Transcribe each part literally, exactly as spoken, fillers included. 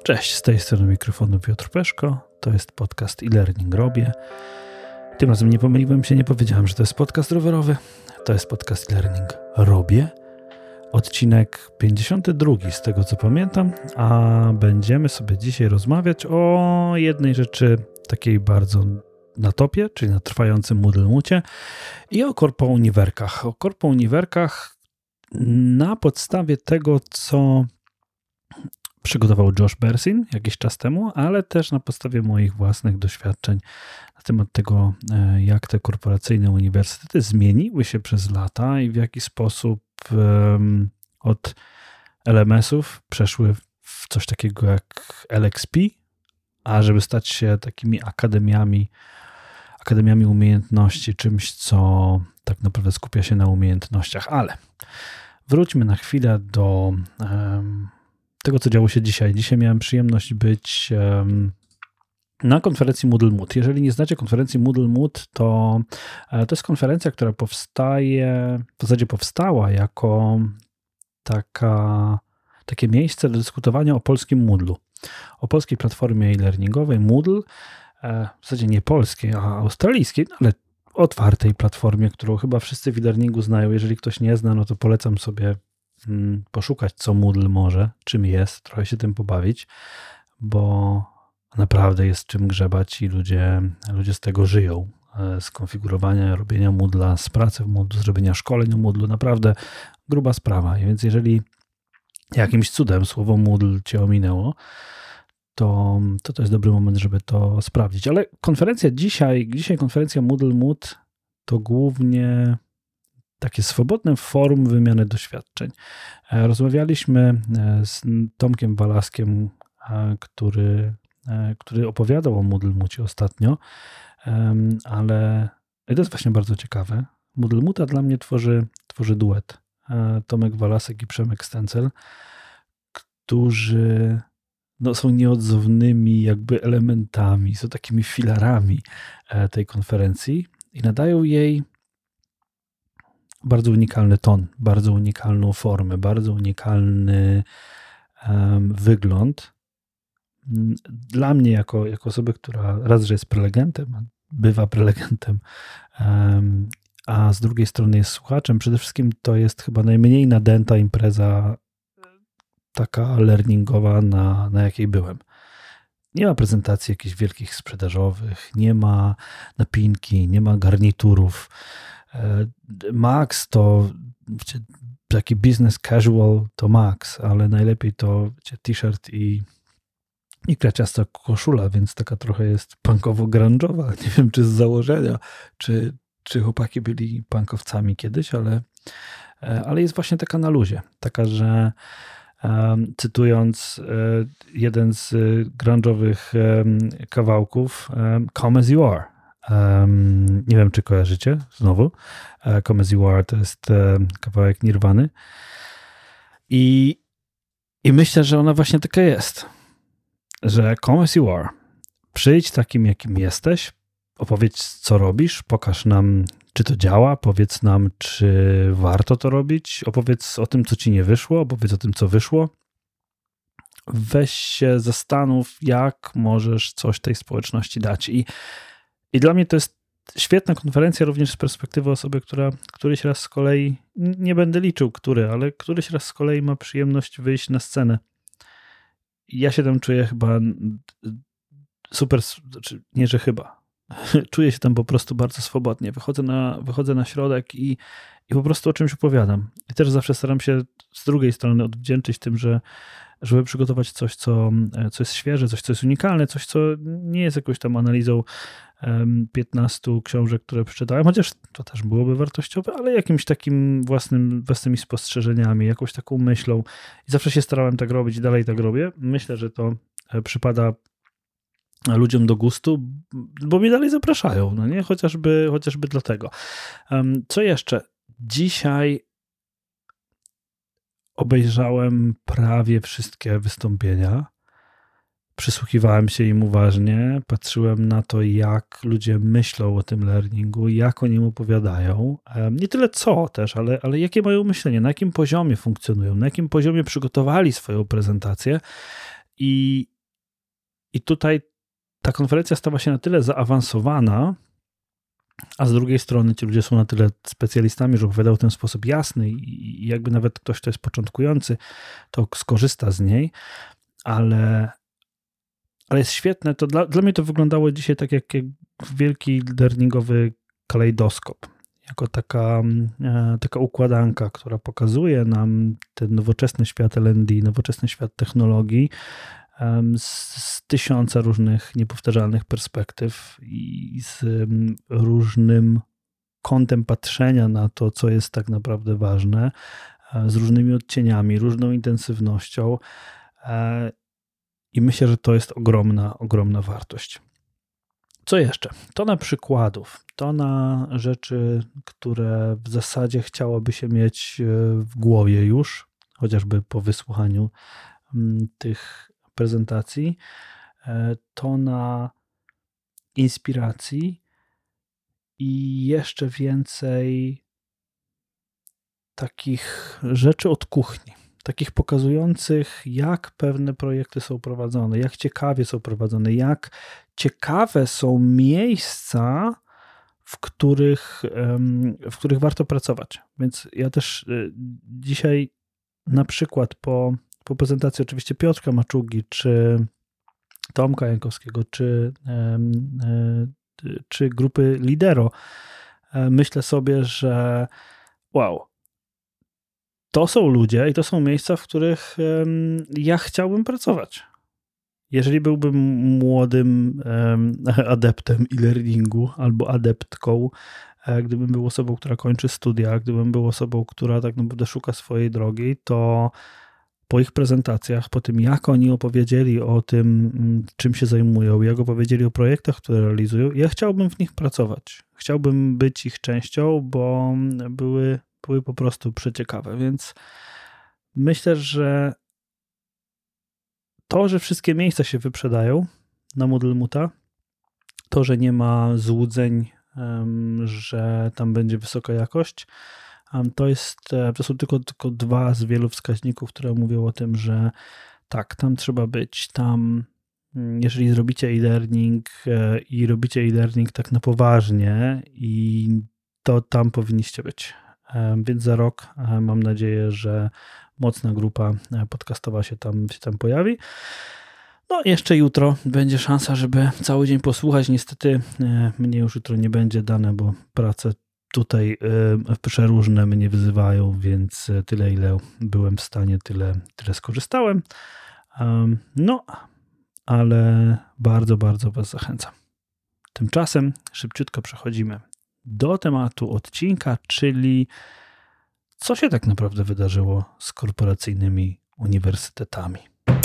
Cześć, z tej strony mikrofonu Piotr Peszko. To jest podcast e-learning robię. Tym razem nie pomyliłem się, nie powiedziałem, że to jest podcast rowerowy. To jest podcast e-learning robię. Odcinek pięćdziesiąty drugi z tego co pamiętam, a będziemy sobie dzisiaj rozmawiać o jednej rzeczy takiej bardzo na topie, czyli na trwającym Moodle Moocie i o Corpo Uniwerkach. O Corpo Uniwerkach na podstawie tego, co przygotował Josh Bersin jakiś czas temu, ale też na podstawie moich własnych doświadczeń na temat tego, jak te korporacyjne uniwersytety zmieniły się przez lata i w jaki sposób um, od L M S-ów przeszły w coś takiego jak L X P, a żeby stać się takimi akademiami, akademiami umiejętności, czymś, co tak naprawdę skupia się na umiejętnościach. Ale wróćmy na chwilę do um, tego, co działo się dzisiaj. Dzisiaj miałem przyjemność być um, na konferencji Moodle Moot. Jeżeli nie znacie konferencji Moodle Moot, to to jest konferencja, która powstaje, w zasadzie powstała jako taka, takie miejsce do dyskutowania o polskim Moodlu, o polskiej platformie e-learningowej Moodle, w zasadzie nie polskiej, a australijskiej, ale otwartej platformie, którą chyba wszyscy w e-learningu znają. Jeżeli ktoś nie zna, no to polecam sobie hmm, poszukać, co Moodle może, czym jest, trochę się tym pobawić, bo naprawdę jest czym grzebać i ludzie, ludzie z tego żyją. Z konfigurowania, robienia Moodla, z pracy w Moodle, z robienia szkoleń o Moodlu. Naprawdę gruba sprawa. I więc jeżeli jakimś cudem słowo Moodle cię ominęło, to, to to jest dobry moment, żeby to sprawdzić. Ale konferencja dzisiaj, dzisiaj konferencja Moodle Moot to głównie takie swobodne forum wymiany doświadczeń. Rozmawialiśmy z Tomkiem Walaskiem, który który opowiadał o Moodle Moocie ostatnio, ale to jest właśnie bardzo ciekawe. Moodle Moota dla mnie tworzy, tworzy duet. Tomek Walasek i Przemek Stencel, którzy no, są nieodzownymi jakby elementami, są takimi filarami tej konferencji i nadają jej bardzo unikalny ton, bardzo unikalną formę, bardzo unikalny um, wygląd. Dla mnie, jako, jako osoby, która raz, że jest prelegentem, bywa prelegentem, um, a z drugiej strony jest słuchaczem, przede wszystkim to jest chyba najmniej nadęta impreza taka learningowa, na, na jakiej byłem. Nie ma prezentacji jakichś wielkich sprzedażowych, nie ma napinki, nie ma garniturów. Max to taki business casual to max, ale najlepiej to t-shirt i I kraciasta koszula, więc taka trochę jest punkowo-grunge'owa. Nie wiem, czy z założenia, czy, czy chłopaki byli punkowcami kiedyś, ale, ale jest właśnie taka na luzie. Taka, że um, cytując um, jeden z grunge'owych um, kawałków, um, Come As You Are. Um, nie wiem, czy kojarzycie znowu. Um, Come As You Are to jest um, kawałek Nirwany. I, I myślę, że ona właśnie taka jest. Że come as you are. Przyjdź takim, jakim jesteś, opowiedz, co robisz, pokaż nam, czy to działa, powiedz nam, czy warto to robić, opowiedz o tym, co ci nie wyszło, opowiedz o tym, co wyszło. Weź się zastanów, jak możesz coś tej społeczności dać. I, i dla mnie to jest świetna konferencja również z perspektywy osoby, która któryś raz z kolei, nie będę liczył, który, ale któryś raz z kolei ma przyjemność wyjść na scenę. Ja się tam czuję chyba super, znaczy nie, że chyba. Czuję się tam po prostu bardzo swobodnie. Wychodzę na, wychodzę na środek i, i po prostu o czymś opowiadam. I też zawsze staram się z drugiej strony odwdzięczyć tym, że żeby przygotować coś, co, co jest świeże, coś, co jest unikalne, coś, co nie jest jakąś tam analizą um, piętnastu książek, które przeczytałem, chociaż to też byłoby wartościowe, ale jakimś takim własnym, własnymi spostrzeżeniami, jakąś taką myślą. I zawsze się starałem tak robić i dalej tak robię. Myślę, że to przypada ludziom do gustu, bo mnie dalej zapraszają, no nie? Chociażby, chociażby dlatego. Um, co jeszcze? Dzisiaj obejrzałem prawie wszystkie wystąpienia. Przysłuchiwałem się im uważnie, patrzyłem na to, jak ludzie myślą o tym learningu, jak o nim opowiadają. Nie tyle co też, ale, ale jakie mają myślenie, na jakim poziomie funkcjonują, na jakim poziomie przygotowali swoją prezentację. I, I tutaj ta konferencja stała się na tyle zaawansowana, a z drugiej strony ci ludzie są na tyle specjalistami, że opowiadał w ten sposób jasny i jakby nawet ktoś, kto jest początkujący, to skorzysta z niej, ale, ale jest świetne. To dla, dla mnie to wyglądało dzisiaj tak jak, jak wielki learningowy kalejdoskop. Jako taka, taka układanka, która pokazuje nam ten nowoczesny świat L and D, nowoczesny świat technologii z, z tysiąca różnych niepowtarzalnych perspektyw i z różnym kątem patrzenia na to, co jest tak naprawdę ważne, z różnymi odcieniami, różną intensywnością i myślę, że to jest ogromna, ogromna wartość. Co jeszcze? To na przykładów, to na rzeczy, które w zasadzie chciałoby się mieć w głowie już, chociażby po wysłuchaniu tych prezentacji, to na inspiracji i jeszcze więcej takich rzeczy od kuchni. Takich pokazujących, jak pewne projekty są prowadzone, jak ciekawie są prowadzone, jak ciekawe są miejsca, w których, w których warto pracować. Więc ja też dzisiaj na przykład po, po prezentacji oczywiście Piotrka Maczugi, czy Tomka Jankowskiego, czy, czy grupy Lidero, myślę sobie, że wow, to są ludzie i to są miejsca, w których ja chciałbym pracować. Jeżeli byłbym młodym adeptem e-learningu albo adeptką, gdybym był osobą, która kończy studia, gdybym był osobą, która tak naprawdę szuka swojej drogi, to po ich prezentacjach, po tym jak oni opowiedzieli o tym, czym się zajmują, jak opowiedzieli o projektach, które realizują, ja chciałbym w nich pracować. Chciałbym być ich częścią, bo były były po prostu przeciekawe, więc myślę, że to, że wszystkie miejsca się wyprzedają na Moodle-Muta, to, że nie ma złudzeń, że tam będzie wysoka jakość, to jest, to są tylko, tylko dwa z wielu wskaźników, które mówią o tym, że tak, tam trzeba być, tam jeżeli zrobicie e-learning i robicie e-learning tak na poważnie i to tam powinniście być. Więc za rok mam nadzieję, że mocna grupa podcastowa się tam, się tam pojawi. No jeszcze jutro będzie szansa, żeby cały dzień posłuchać. Niestety mnie już jutro nie będzie dane, bo prace tutaj przeróżne mnie wyzywają, więc tyle ile byłem w stanie, tyle, tyle skorzystałem. No, ale bardzo, bardzo Was zachęcam. Tymczasem szybciutko przechodzimy do tematu odcinka, czyli co się tak naprawdę wydarzyło z korporacyjnymi uniwersytetami.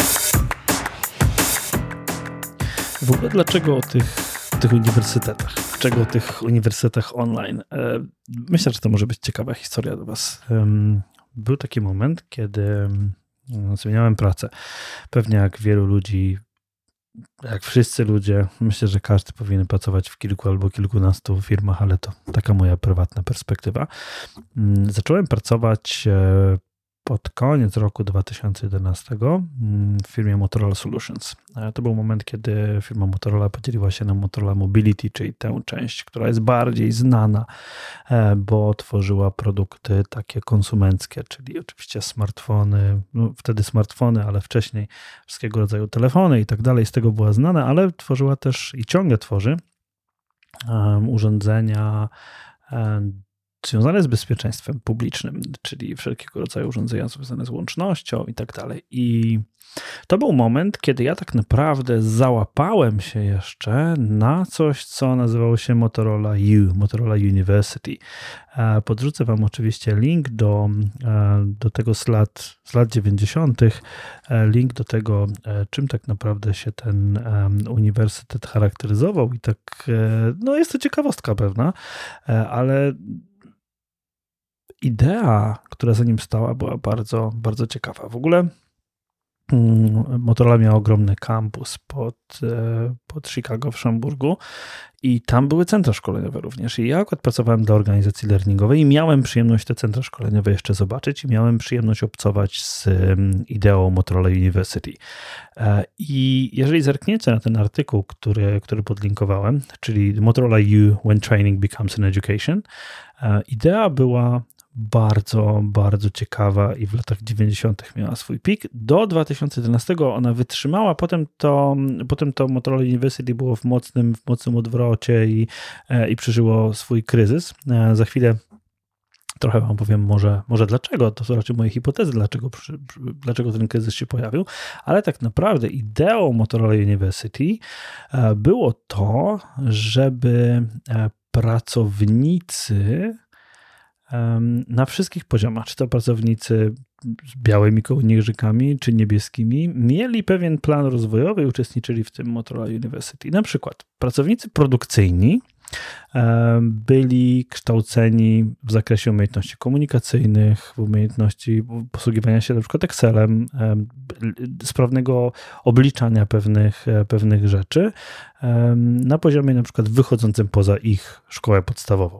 W ogóle dlaczego o tych, tych uniwersytetach? Dlaczego o tych uniwersytetach online? Myślę, że to może być ciekawa historia dla Was. Był taki moment, kiedy zmieniałem pracę. Pewnie jak wielu ludzi, jak wszyscy ludzie, myślę, że każdy powinien pracować w kilku albo kilkunastu firmach, ale to taka moja prywatna perspektywa. Zacząłem pracować pod koniec roku dwa tysiące jedenastego w firmie Motorola Solutions. To był moment, kiedy firma Motorola podzieliła się na Motorola Mobility, czyli tę część, która jest bardziej znana, bo tworzyła produkty takie konsumenckie, czyli oczywiście smartfony, no wtedy smartfony, ale wcześniej wszystkiego rodzaju telefony i tak dalej, z tego była znana, ale tworzyła też i ciągle tworzy um, urządzenia um, związane z bezpieczeństwem publicznym, czyli wszelkiego rodzaju urządzenia związane z łącznością i tak dalej. I to był moment, kiedy ja tak naprawdę załapałem się jeszcze na coś, co nazywało się Motorola U, Motorola University. Podrzucę Wam oczywiście link do, do tego z lat, z lat dziewięćdziesiątych, link do tego, czym tak naprawdę się ten uniwersytet charakteryzował i tak, no jest to ciekawostka pewna, ale idea, która za nim stała, była bardzo, bardzo ciekawa. W ogóle Motorola miała ogromny kampus pod, pod Chicago w Schaumburgu i tam były centra szkoleniowe również. I ja akurat pracowałem dla organizacji learningowej i miałem przyjemność te centra szkoleniowe jeszcze zobaczyć i miałem przyjemność obcować z ideą Motorola University. I jeżeli zerkniecie na ten artykuł, który, który podlinkowałem, czyli Motorola U When Training Becomes an Education, idea była bardzo, bardzo ciekawa i w latach dziewięćdziesiątych miała swój pik. Do dwa tysiące jedenastego ona wytrzymała, potem to, potem to Motorola University było w mocnym, w mocnym odwrocie i, i przeżyło swój kryzys. Za chwilę trochę wam powiem może, może dlaczego, to są raczej moje hipotezy, dlaczego, dlaczego ten kryzys się pojawił, ale tak naprawdę ideą Motorola University było to, żeby pracownicy na wszystkich poziomach, czy to pracownicy z białymi kołnierzykami, czy niebieskimi, mieli pewien plan rozwojowy i uczestniczyli w tym Motorola University. Na przykład pracownicy produkcyjni byli kształceni w zakresie umiejętności komunikacyjnych, w umiejętności posługiwania się na przykład Excelem, sprawnego obliczania pewnych, pewnych rzeczy na poziomie na przykład wychodzącym poza ich szkołę podstawową.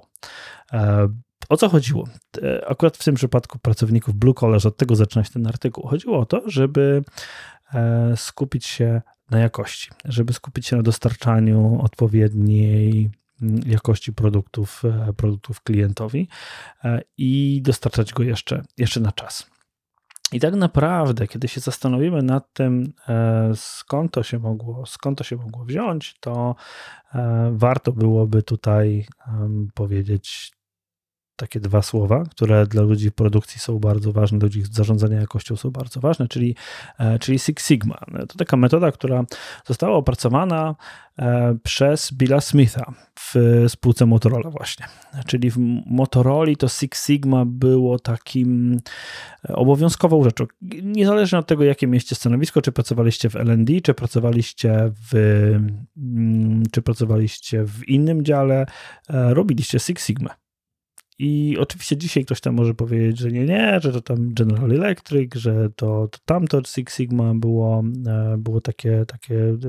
O co chodziło? Akurat w tym przypadku pracowników Blue Collars, od tego zaczyna się ten artykuł. Chodziło o to, żeby skupić się na jakości, żeby skupić się na dostarczaniu odpowiedniej jakości produktów, produktów klientowi i dostarczać go jeszcze, jeszcze na czas. I tak naprawdę, kiedy się zastanowimy nad tym, skąd to się mogło, skąd to się mogło wziąć, to warto byłoby tutaj powiedzieć takie dwa słowa, które dla ludzi w produkcji są bardzo ważne, dla ludzi zarządzania jakością są bardzo ważne, czyli, czyli Six Sigma. To taka metoda, która została opracowana przez Billa Smitha w spółce Motorola właśnie. Czyli w Motorola to Six Sigma było takim obowiązkową rzeczą. Niezależnie od tego, jakie mieliście stanowisko, czy pracowaliście w L and D, czy pracowaliście w, czy pracowaliście w innym dziale, robiliście Six Sigma. I oczywiście dzisiaj ktoś tam może powiedzieć, że nie, nie, że to tam General Electric, że to, to tamto Six Sigma było, było takie, takie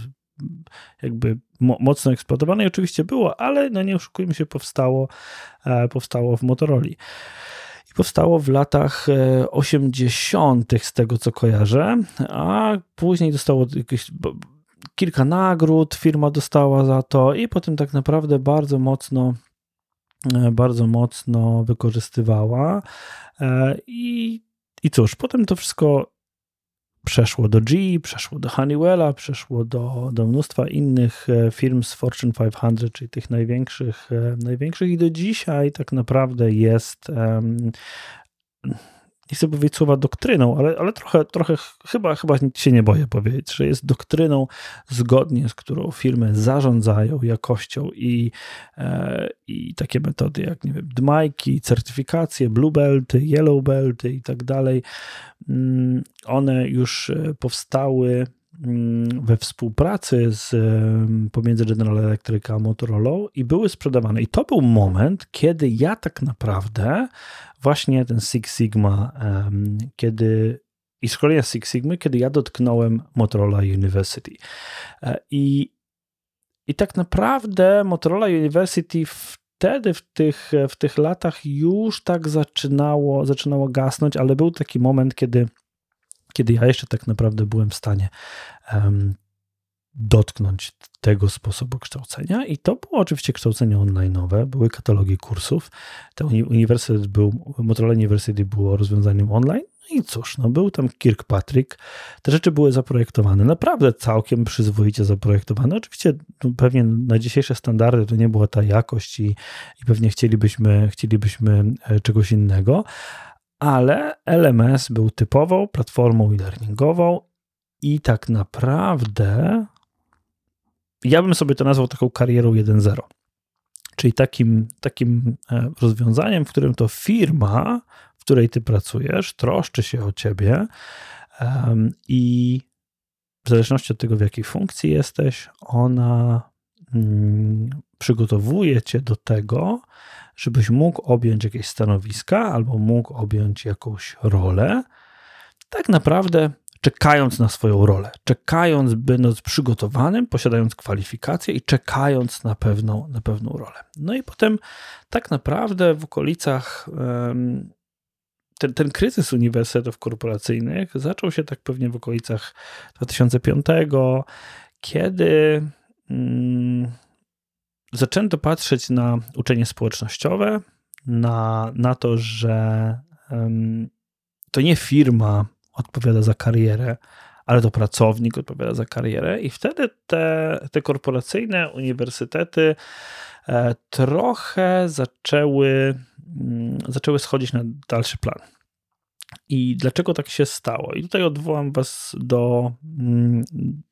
jakby mocno eksploatowane i oczywiście było, ale no nie oszukujmy się, powstało, powstało w Motoroli. I powstało w latach osiemdziesiątych z tego co kojarzę, a później dostało jakieś kilka nagród, firma dostała za to i potem tak naprawdę bardzo mocno bardzo mocno wykorzystywała i, i cóż, potem to wszystko przeszło do G E, przeszło do Honeywella, przeszło do, do mnóstwa innych firm z Fortune pięćset, czyli tych największych, największych i do dzisiaj tak naprawdę jest, nie chcę powiedzieć słowa doktryną, ale, ale trochę, trochę chyba, chyba się nie boję powiedzieć, że jest doktryną, zgodnie z którą firmy zarządzają jakością i, e, i takie metody jak, nie wiem, dmajki, certyfikacje, blue belty, yellow belty i tak dalej, one już powstały we współpracy z, pomiędzy General Electric a Motorola i były sprzedawane. I to był moment, kiedy ja tak naprawdę właśnie ten Six Sigma, kiedy i szkolenia Six Sigmy, kiedy ja dotknąłem Motorola University. I, i tak naprawdę Motorola University wtedy w tych, w tych latach już tak zaczynało, zaczynało gasnąć, ale był taki moment, kiedy kiedy ja jeszcze tak naprawdę byłem w stanie um, dotknąć tego sposobu kształcenia i to było oczywiście kształcenie online'owe, były katalogi kursów, ten uniwersytet był, Motorola University było rozwiązaniem online i cóż, no był tam Kirkpatrick, te rzeczy były zaprojektowane, naprawdę całkiem przyzwoicie zaprojektowane, oczywiście no, pewnie na dzisiejsze standardy to nie była ta jakość i, i pewnie chcielibyśmy, chcielibyśmy czegoś innego, ale L M S był typową platformą e-learningową i tak naprawdę ja bym sobie to nazwał taką karierą jeden zero, czyli takim, takim rozwiązaniem, w którym to firma, w której ty pracujesz, troszczy się o ciebie um, i w zależności od tego, w jakiej funkcji jesteś, ona mm, przygotowuje cię do tego, żebyś mógł objąć jakieś stanowiska albo mógł objąć jakąś rolę, tak naprawdę czekając na swoją rolę, czekając, będąc przygotowanym, posiadając kwalifikacje i czekając na pewną, na pewną rolę. No i potem tak naprawdę w okolicach ten, ten kryzys uniwersytetów korporacyjnych zaczął się tak pewnie w okolicach dwa tysiące piątego, kiedy mm, zaczęto patrzeć na uczenie społecznościowe, na, na to, że um, to nie firma odpowiada za karierę, ale to pracownik odpowiada za karierę i wtedy te, te korporacyjne uniwersytety e, trochę zaczęły, mm, zaczęły schodzić na dalszy plan. I dlaczego tak się stało? I tutaj odwołam was do, mm,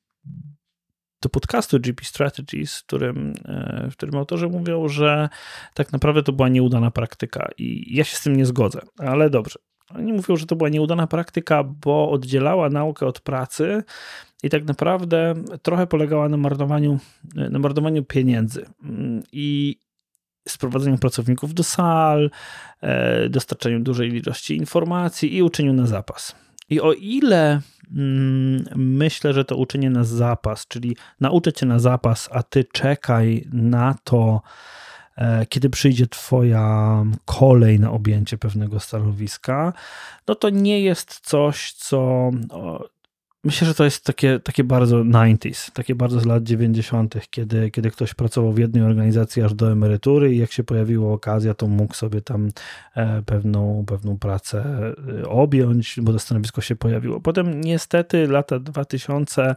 do podcastu G P Strategies, w którym, e, w którym autorzy mówią, że tak naprawdę to była nieudana praktyka i ja się z tym nie zgodzę, ale dobrze. Oni mówią, że to była nieudana praktyka, bo oddzielała naukę od pracy i tak naprawdę trochę polegała na marnowaniu, na marnowaniu pieniędzy i sprowadzeniu pracowników do sal, dostarczaniu dużej ilości informacji i uczeniu na zapas. I o ile mm, myślę, że to uczenie na zapas, czyli nauczę cię na zapas, a ty czekaj na to, kiedy przyjdzie twoja kolej na objęcie pewnego stanowiska, no to nie jest coś, co... O, myślę, że to jest takie, takie bardzo dziewięćdziesiąte, takie bardzo z lat dziewięćdziesiątych, kiedy, kiedy ktoś pracował w jednej organizacji aż do emerytury i jak się pojawiła okazja, to mógł sobie tam pewną, pewną pracę objąć, bo to stanowisko się pojawiło. Potem niestety lata dwa tysiące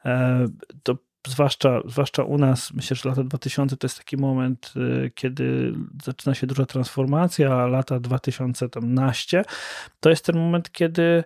to Zwłaszcza, zwłaszcza u nas, myślę, że lata dwa tysiące to jest taki moment, kiedy zaczyna się duża transformacja, a lata dwa tysiące naście to jest ten moment, kiedy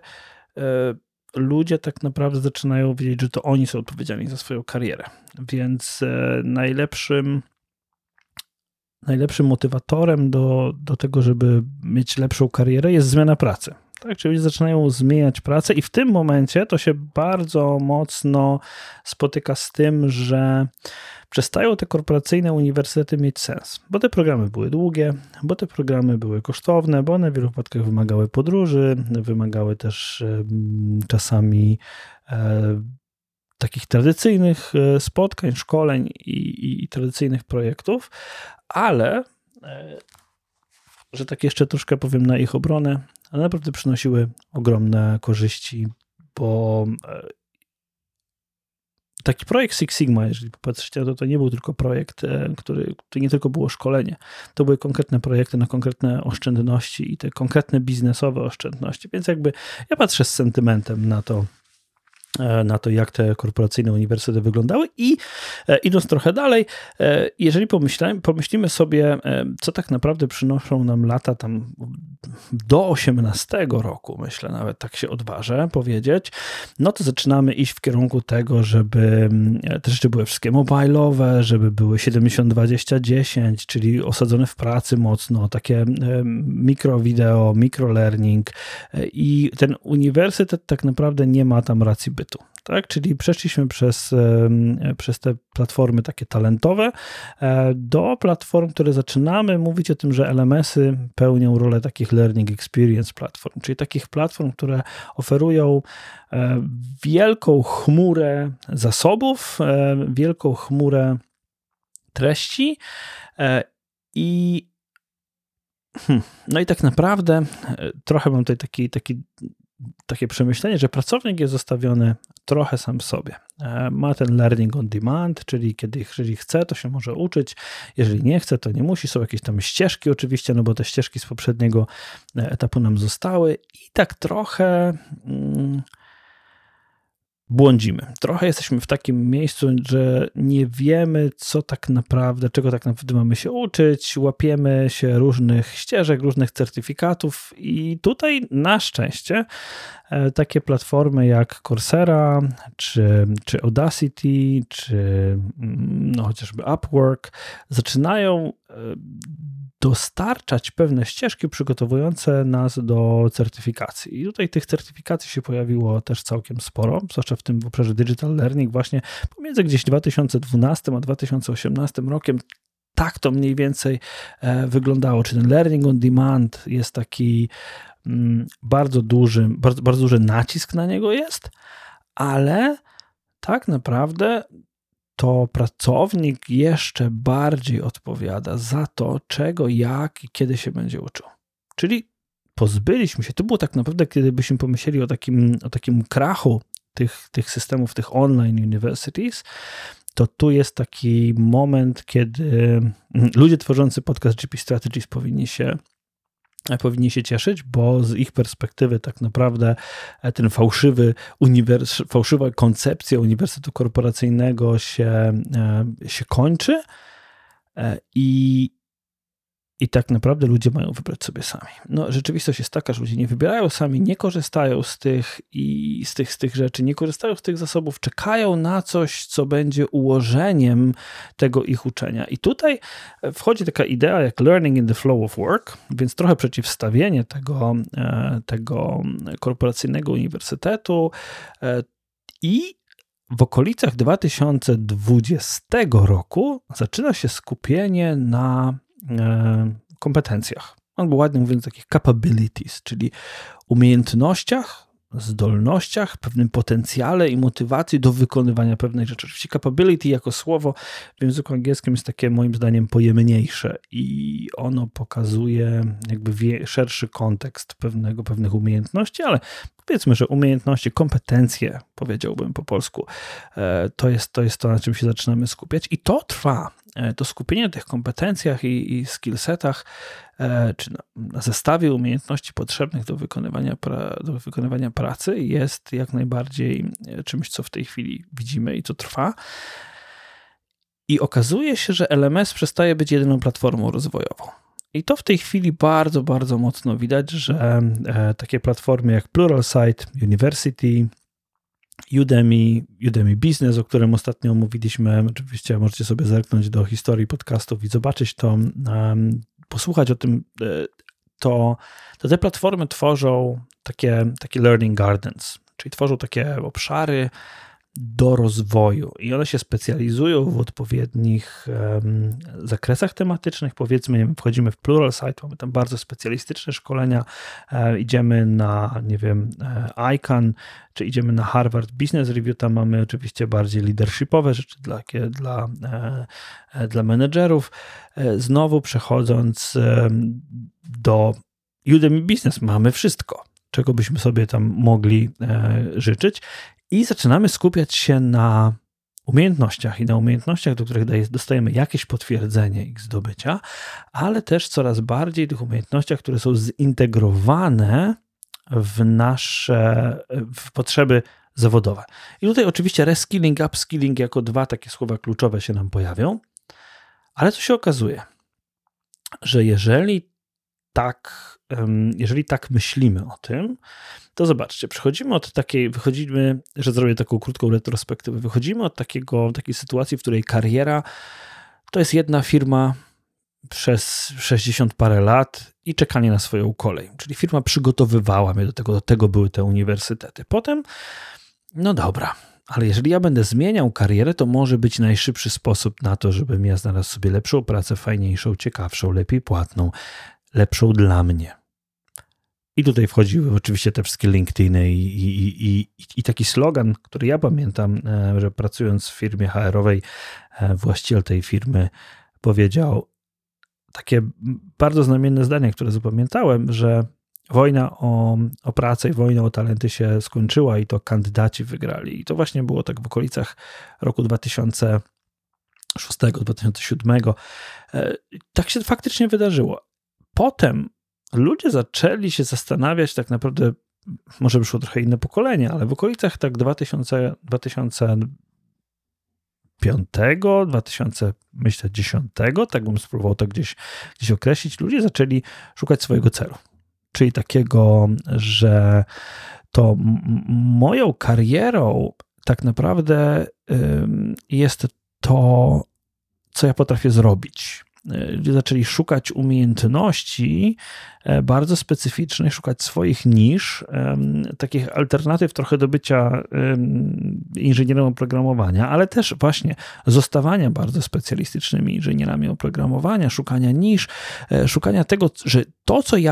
ludzie tak naprawdę zaczynają wiedzieć, że to oni są odpowiedzialni za swoją karierę. Więc najlepszym, najlepszym motywatorem do, do tego, żeby mieć lepszą karierę, jest zmiana pracy. Tak, czyli zaczynają zmieniać pracę i w tym momencie to się bardzo mocno spotyka z tym, że przestają te korporacyjne uniwersytety mieć sens, bo te programy były długie, bo te programy były kosztowne, bo one w wielu wypadkach wymagały podróży, wymagały też czasami e, takich tradycyjnych spotkań, szkoleń i, i, i tradycyjnych projektów, ale e, że tak jeszcze troszkę powiem na ich obronę, ale naprawdę przynosiły ogromne korzyści, bo taki projekt Six Sigma, jeżeli popatrzycie, to to nie był tylko projekt, który, który nie tylko było szkolenie, to były konkretne projekty na konkretne oszczędności i te konkretne biznesowe oszczędności, więc jakby ja patrzę z sentymentem na to, na to, jak te korporacyjne uniwersytety wyglądały i e, idąc trochę dalej, e, jeżeli pomyślimy sobie, e, co tak naprawdę przynoszą nam lata tam do osiemnastego roku, myślę, nawet tak się odważę powiedzieć, no to zaczynamy iść w kierunku tego, żeby te rzeczy były wszystkie mobilowe, żeby były siedemdziesiąt dwadzieścia dziesięć, czyli osadzone w pracy mocno, takie e, mikrowideo, mikrolearning e, i ten uniwersytet tak naprawdę nie ma tam racji bytu. Tak, czyli przeszliśmy przez, przez te platformy takie talentowe do platform, które zaczynamy mówić o tym, że L M S-y pełnią rolę takich learning experience platform, czyli takich platform, które oferują wielką chmurę zasobów, wielką chmurę treści i no i tak naprawdę trochę mam tutaj taki, taki takie przemyślenie, że pracownik jest zostawiony trochę sam sobie. Ma ten learning on demand, czyli kiedy jeżeli chce, to się może uczyć, jeżeli nie chce, to nie musi. Są jakieś tam ścieżki oczywiście, no bo te ścieżki z poprzedniego etapu nam zostały i tak trochę mm, błądzimy. Trochę jesteśmy w takim miejscu, że nie wiemy, co tak naprawdę, czego tak naprawdę mamy się uczyć, łapiemy się różnych ścieżek, różnych certyfikatów i tutaj na szczęście takie platformy jak Coursera, czy, czy Audacity, czy no chociażby Upwork zaczynają dostarczać pewne ścieżki przygotowujące nas do certyfikacji. I tutaj tych certyfikacji się pojawiło też całkiem sporo, zwłaszcza w tym w obszarze digital learning właśnie pomiędzy gdzieś dwa tysiące dwunastym a dwa tysiące osiemnastym rokiem. Tak to mniej więcej wyglądało. Czy ten learning on demand jest taki bardzo duży, bardzo, bardzo duży nacisk na niego jest, ale tak naprawdę to pracownik jeszcze bardziej odpowiada za to, czego, jak i kiedy się będzie uczył. Czyli pozbyliśmy się, to było tak naprawdę, kiedybyśmy pomyśleli o takim, o takim krachu tych, tych systemów, tych online universities, to tu jest taki moment, kiedy ludzie tworzący podcast G P Strategies powinni się powinni się cieszyć, bo z ich perspektywy tak naprawdę ten fałszywy uniwers- fałszywa koncepcja uniwersytetu korporacyjnego się, się kończy i I tak naprawdę ludzie mają wybrać sobie sami. No, rzeczywistość jest taka, że ludzie nie wybierają sami, nie korzystają z tych i z tych, z tych rzeczy, nie korzystają z tych zasobów, czekają na coś, co będzie ułożeniem tego ich uczenia. I tutaj wchodzi taka idea jak learning in the flow of work, więc trochę przeciwstawienie tego, tego korporacyjnego uniwersytetu i w okolicach dwa tysiące dwudziestego roku zaczyna się skupienie na kompetencjach, albo ładnie mówiąc takich capabilities, czyli umiejętnościach, zdolnościach, pewnym potencjale i motywacji do wykonywania pewnej rzeczy. Oczywiście capability jako słowo w języku angielskim jest takie moim zdaniem pojemniejsze i ono pokazuje jakby wie, szerszy kontekst pewnego, pewnych umiejętności, ale powiedzmy, że umiejętności, kompetencje, powiedziałbym po polsku, to jest, to jest to, na czym się zaczynamy skupiać i to trwa. To skupienie na tych kompetencjach i, i skillsetach, czy na, na zestawie umiejętności potrzebnych do wykonywania, pra, do wykonywania pracy jest jak najbardziej czymś, co w tej chwili widzimy i co trwa. I okazuje się, że L M S przestaje być jedyną platformą rozwojową. I to w tej chwili bardzo, bardzo mocno widać, że e, takie platformy jak Pluralsight, University, Udemy, Udemy Business, o którym ostatnio mówiliśmy, oczywiście możecie sobie zerknąć do historii podcastów i zobaczyć to, um, posłuchać o tym, to, to te platformy tworzą takie, takie learning gardens, czyli tworzą takie obszary do rozwoju i one się specjalizują w odpowiednich um, zakresach tematycznych. Powiedzmy, wchodzimy w Pluralsight, mamy tam bardzo specjalistyczne szkolenia, e, idziemy na, nie wiem, e, I C A N, czy idziemy na Harvard Business Review, tam mamy oczywiście bardziej leadershipowe rzeczy dla, dla, e, dla menedżerów. E, znowu przechodząc e, do Udemy Business, mamy wszystko, czego byśmy sobie tam mogli e, życzyć. I zaczynamy skupiać się na umiejętnościach i na umiejętnościach, do których daje, dostajemy jakieś potwierdzenie ich zdobycia, ale też coraz bardziej tych umiejętnościach, które są zintegrowane w nasze w potrzeby zawodowe. I tutaj oczywiście reskilling, upskilling jako dwa takie słowa kluczowe się nam pojawią, ale co się okazuje, że jeżeli tak, jeżeli tak myślimy o tym, to zobaczcie, przechodzimy od takiej, wychodzimy, że zrobię taką krótką retrospektywę, wychodzimy od takiego, takiej sytuacji, w której kariera to jest jedna firma przez sześćdziesiąt parę lat i czekanie na swoją kolej. Czyli firma przygotowywała mnie do tego, do tego były te uniwersytety. Potem, no dobra, ale jeżeli ja będę zmieniał karierę, to może być najszybszy sposób na to, żebym ja znalazł sobie lepszą pracę, fajniejszą, ciekawszą, lepiej płatną, lepszą dla mnie. I tutaj wchodziły oczywiście te wszystkie LinkedIny i, i, i, i taki slogan, który ja pamiętam, że pracując w firmie H R-owej, właściciel tej firmy powiedział takie bardzo znamienne zdanie, które zapamiętałem, że wojna o, o pracę i wojna o talenty się skończyła i to kandydaci wygrali. I to właśnie było tak w okolicach roku dwa tysiące szóstego dwa tysiące siódmego. Tak się faktycznie wydarzyło. Potem ludzie zaczęli się zastanawiać tak naprawdę, może wyszło trochę inne pokolenie, ale w okolicach tak dwa tysiące, dwa tysiące piątego, dwa tysiące dziesiątego, tak bym spróbował to gdzieś, gdzieś określić, ludzie zaczęli szukać swojego celu. Czyli takiego, że to m- moją karierą tak naprawdę ym, jest to, co ja potrafię zrobić. Ludzie zaczęli szukać umiejętności bardzo specyficznych, szukać swoich nisz, takich alternatyw trochę do bycia inżynierem oprogramowania, ale też właśnie zostawania bardzo specjalistycznymi inżynierami oprogramowania, szukania nisz, szukania tego, że to, co ja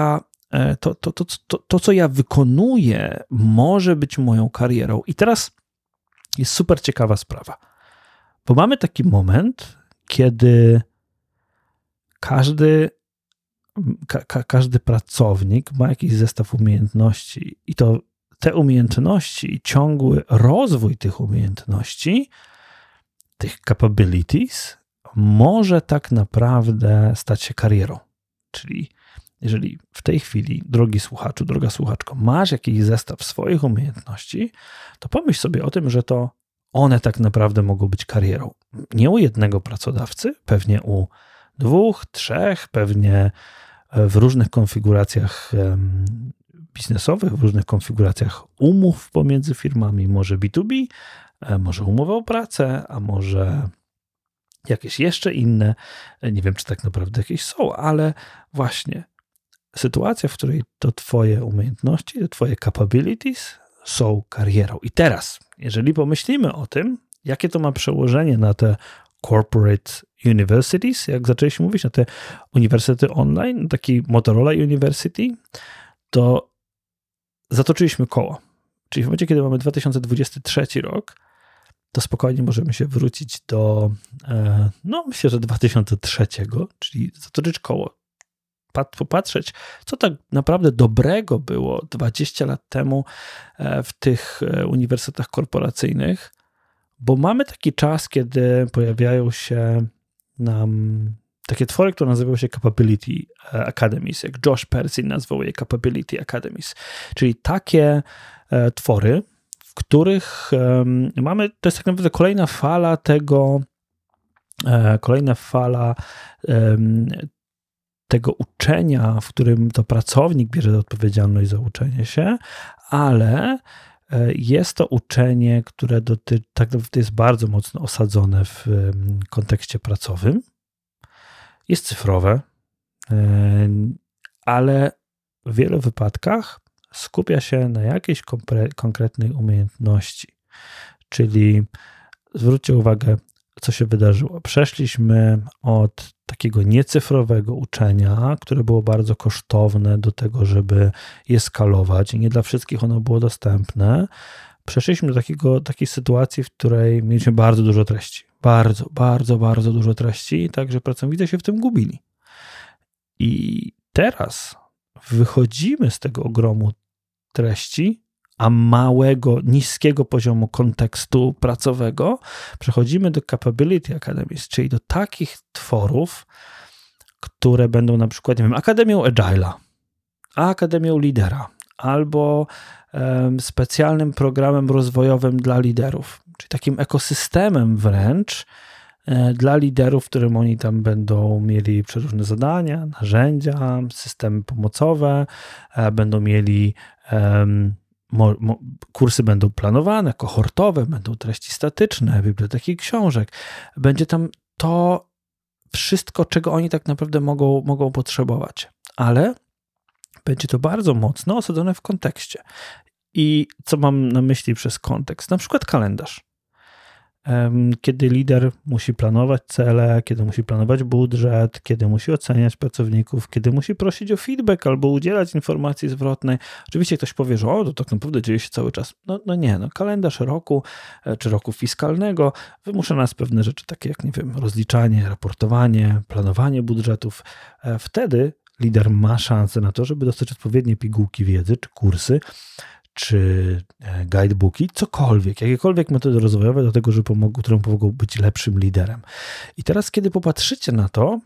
to, to, to, to, to, co ja wykonuję, może być moją karierą. I teraz jest super ciekawa sprawa, bo mamy taki moment, kiedy każdy, ka, ka, każdy pracownik ma jakiś zestaw umiejętności i to te umiejętności i ciągły rozwój tych umiejętności, tych capabilities, może tak naprawdę stać się karierą. Czyli jeżeli w tej chwili, drogi słuchaczu, droga słuchaczko, masz jakiś zestaw swoich umiejętności, to pomyśl sobie o tym, że to one tak naprawdę mogą być karierą. Nie u jednego pracodawcy, pewnie u dwóch, trzech, pewnie w różnych konfiguracjach biznesowych, w różnych konfiguracjach umów pomiędzy firmami, może B dwa B, może umowa o pracę, a może jakieś jeszcze inne, nie wiem, czy tak naprawdę jakieś są, ale właśnie sytuacja, w której to twoje umiejętności, to twoje capabilities są karierą. I teraz, jeżeli pomyślimy o tym, jakie to ma przełożenie na te corporate universities, jak zaczęliśmy mówić, na te uniwersytety online, taki Motorola University, to zatoczyliśmy koło. Czyli w momencie, kiedy mamy dwa tysiące dwudziesty trzeci rok, to spokojnie możemy się wrócić do, no myślę, że dwa tysiące trzeciego, czyli zatoczyć koło, popatrzeć, co tak naprawdę dobrego było dwadzieścia lat temu w tych uniwersytetach korporacyjnych, bo mamy taki czas, kiedy pojawiają się nam takie twory, które nazywają się Capability Academies, jak Josh Percy nazwał je Capability Academies, czyli takie twory, w których mamy, to jest tak naprawdę kolejna fala tego, kolejna fala tego uczenia, w którym to pracownik bierze odpowiedzialność za uczenie się, ale jest to uczenie, które dotyczy, tak naprawdę jest bardzo mocno osadzone w kontekście pracowym. Jest cyfrowe, ale w wielu wypadkach skupia się na jakiejś konkretnej umiejętności. Czyli zwróćcie uwagę, co się wydarzyło. Przeszliśmy od takiego niecyfrowego uczenia, które było bardzo kosztowne do tego, żeby je skalować i nie dla wszystkich ono było dostępne. Przeszliśmy do takiego, takiej sytuacji, w której mieliśmy bardzo dużo treści. Bardzo, bardzo, bardzo dużo treści, także pracownicy się w tym gubili. I teraz wychodzimy z tego ogromu treści, a małego, niskiego poziomu kontekstu pracowego, przechodzimy do Capability Academies, czyli do takich tworów, które będą na przykład, nie wiem, Akademią Agile'a, Akademią Lidera, albo um, specjalnym programem rozwojowym dla liderów, czyli takim ekosystemem wręcz e, dla liderów, w którym oni tam będą mieli przeróżne zadania, narzędzia, systemy pomocowe, e, będą mieli um, Mo, mo, kursy będą planowane, kohortowe, będą treści statyczne, biblioteki książek. Będzie tam to wszystko, czego oni tak naprawdę mogą, mogą potrzebować. Ale będzie to bardzo mocno osadzone w kontekście. I co mam na myśli przez kontekst? Na przykład kalendarz. Kiedy lider musi planować cele, kiedy musi planować budżet, kiedy musi oceniać pracowników, kiedy musi prosić o feedback albo udzielać informacji zwrotnej. Oczywiście ktoś powie, że o, to tak naprawdę dzieje się cały czas. No, no nie, no kalendarz roku czy roku fiskalnego wymusza nas pewne rzeczy, takie jak, nie wiem, rozliczanie, raportowanie, planowanie budżetów. Wtedy lider ma szansę na to, żeby dostać odpowiednie pigułki wiedzy czy kursy, czy guidebooki, cokolwiek, jakiekolwiek metody rozwojowe do tego, żeby pomogą, które pomogą być lepszym liderem. I teraz, kiedy popatrzycie na to,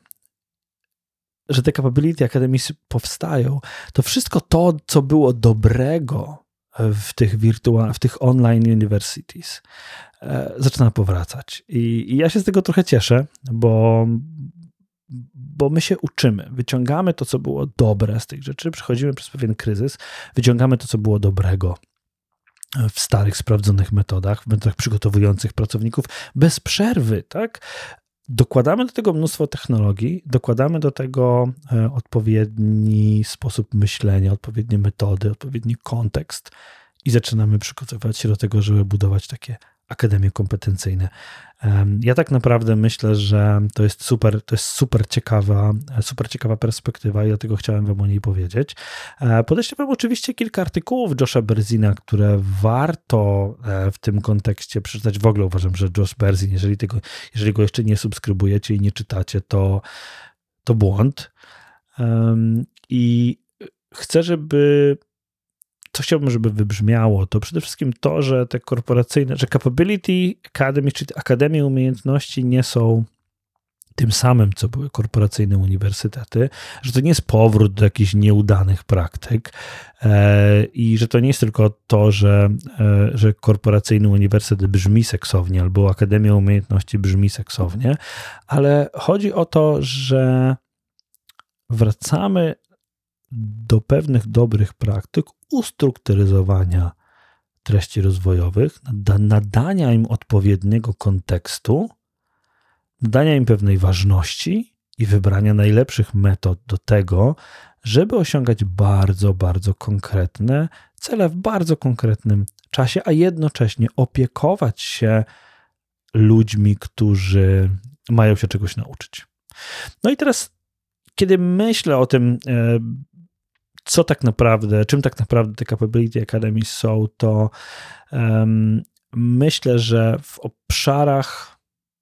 że te Capability Academies powstają, to wszystko to, co było dobrego w tych wirtualnych, w tych online universities, zaczyna powracać. I, I ja się z tego trochę cieszę, bo bo my się uczymy, wyciągamy to, co było dobre z tych rzeczy, przechodzimy przez pewien kryzys, wyciągamy to, co było dobrego w starych, sprawdzonych metodach, w metodach przygotowujących pracowników bez przerwy, tak? Dokładamy do tego mnóstwo technologii, dokładamy do tego odpowiedni sposób myślenia, odpowiednie metody, odpowiedni kontekst i zaczynamy przygotowywać się do tego, żeby budować takie akademie kompetencyjne. Ja tak naprawdę myślę, że to jest super, to jest super ciekawa, super ciekawa perspektywa i dlatego chciałem wam o niej powiedzieć. Podeślę wam oczywiście kilka artykułów Josha Berzina, które warto w tym kontekście przeczytać. W ogóle uważam, że Josh Berzin, jeżeli, tego, jeżeli go jeszcze nie subskrybujecie i nie czytacie, to, to błąd. I chcę, żeby co chciałbym, żeby wybrzmiało, to przede wszystkim to, że te korporacyjne, że Capability Academy, czyli Akademie Umiejętności nie są tym samym, co były korporacyjne uniwersytety, że to nie jest powrót do jakichś nieudanych praktyk e, i że to nie jest tylko to, że, e, że korporacyjny uniwersytet brzmi seksownie albo Akademia Umiejętności brzmi seksownie, ale chodzi o to, że wracamy do pewnych dobrych praktyk ustrukturyzowania treści rozwojowych, nadania im odpowiedniego kontekstu, nadania im pewnej ważności i wybrania najlepszych metod do tego, żeby osiągać bardzo, bardzo konkretne cele w bardzo konkretnym czasie, a jednocześnie opiekować się ludźmi, którzy mają się czegoś nauczyć. No i teraz, kiedy myślę o tym, co tak naprawdę, czym tak naprawdę te Capability Academy są, to um, myślę, że w obszarach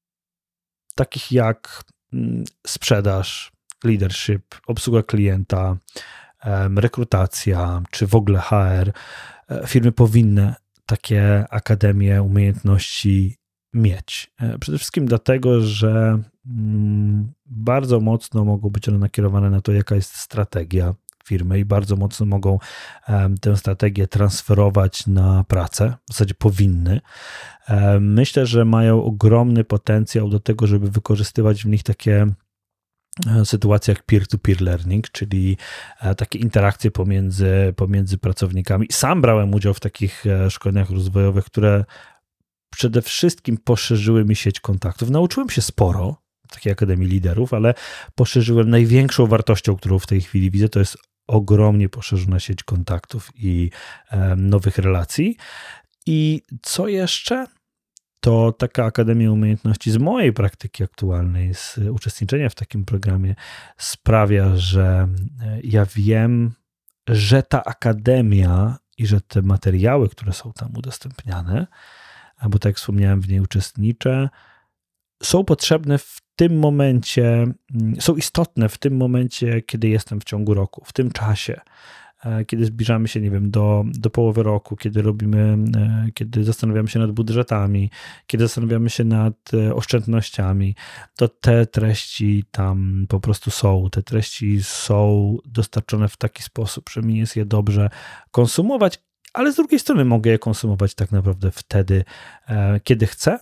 takich jak sprzedaż, leadership, obsługa klienta, um, rekrutacja, czy w ogóle H R, firmy powinny takie akademie umiejętności mieć. Przede wszystkim dlatego, że um, bardzo mocno mogą być one nakierowane na to, jaka jest strategia firmy i bardzo mocno mogą um, tę strategię transferować na pracę, w zasadzie powinny. Um, myślę, że mają ogromny potencjał do tego, żeby wykorzystywać w nich takie sytuacje jak peer-to-peer learning, czyli takie interakcje pomiędzy, pomiędzy pracownikami. Sam brałem udział w takich szkoleniach rozwojowych, które przede wszystkim poszerzyły mi sieć kontaktów. Nauczyłem się sporo w takiej Akademii Liderów, ale poszerzyłem największą wartością, którą w tej chwili widzę, to jest ogromnie poszerzona sieć kontaktów i um, nowych relacji. I co jeszcze? To taka Akademia Umiejętności z mojej praktyki aktualnej, z uczestniczenia w takim programie sprawia, że ja wiem, że ta akademia i że te materiały, które są tam udostępniane, bo tak jak wspomniałem, w niej uczestniczę, są potrzebne w tym momencie, są istotne w tym momencie, kiedy jestem w ciągu roku, w tym czasie, kiedy zbliżamy się, nie wiem, do, do połowy roku, kiedy robimy, kiedy zastanawiamy się nad budżetami, kiedy zastanawiamy się nad oszczędnościami, to te treści tam po prostu są. Te treści są dostarczone w taki sposób, że mi jest je dobrze konsumować, ale z drugiej strony mogę je konsumować tak naprawdę wtedy, kiedy chcę.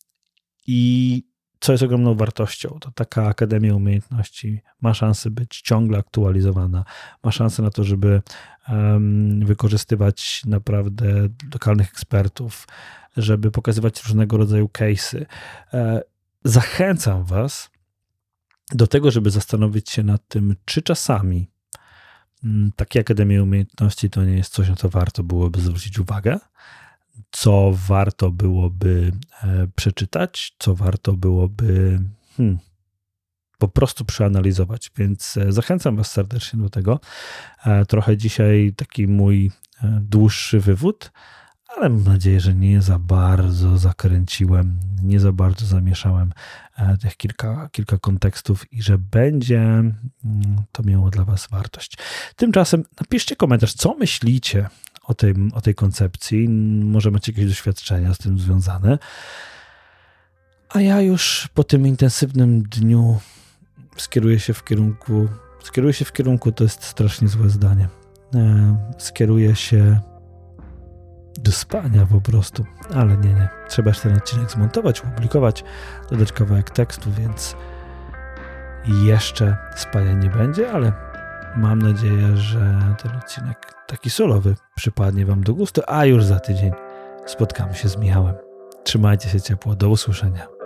I co jest ogromną wartością, to taka Akademia Umiejętności ma szansę być ciągle aktualizowana, ma szansę na to, żeby um, wykorzystywać naprawdę lokalnych ekspertów, żeby pokazywać różnego rodzaju case'y. E, zachęcam was do tego, żeby zastanowić się nad tym, czy czasami m, takie Akademie Umiejętności to nie jest coś, na co warto byłoby zwrócić uwagę, co warto byłoby e, przeczytać, co warto byłoby hmm, po prostu przeanalizować. Więc e, zachęcam was serdecznie do tego. E, trochę dzisiaj taki mój e, dłuższy wywód, ale mam nadzieję, że nie za bardzo zakręciłem, nie za bardzo zamieszałem e, tych kilka, kilka kontekstów i że będzie mm, to miało dla was wartość. Tymczasem napiszcie komentarz, co myślicie o tej, o tej koncepcji. Może macie jakieś doświadczenia z tym związane. A ja już po tym intensywnym dniu skieruję się w kierunku, skieruję się w kierunku, to jest strasznie złe zdanie, e, skieruję się do spania po prostu. Ale nie, nie. Trzeba jeszcze ten odcinek zmontować, opublikować, dodać kawałek tekstu, więc jeszcze spania nie będzie, ale mam nadzieję, że ten odcinek taki solowy przypadnie wam do gustu, a już za tydzień spotkamy się z Michałem. Trzymajcie się ciepło, do usłyszenia.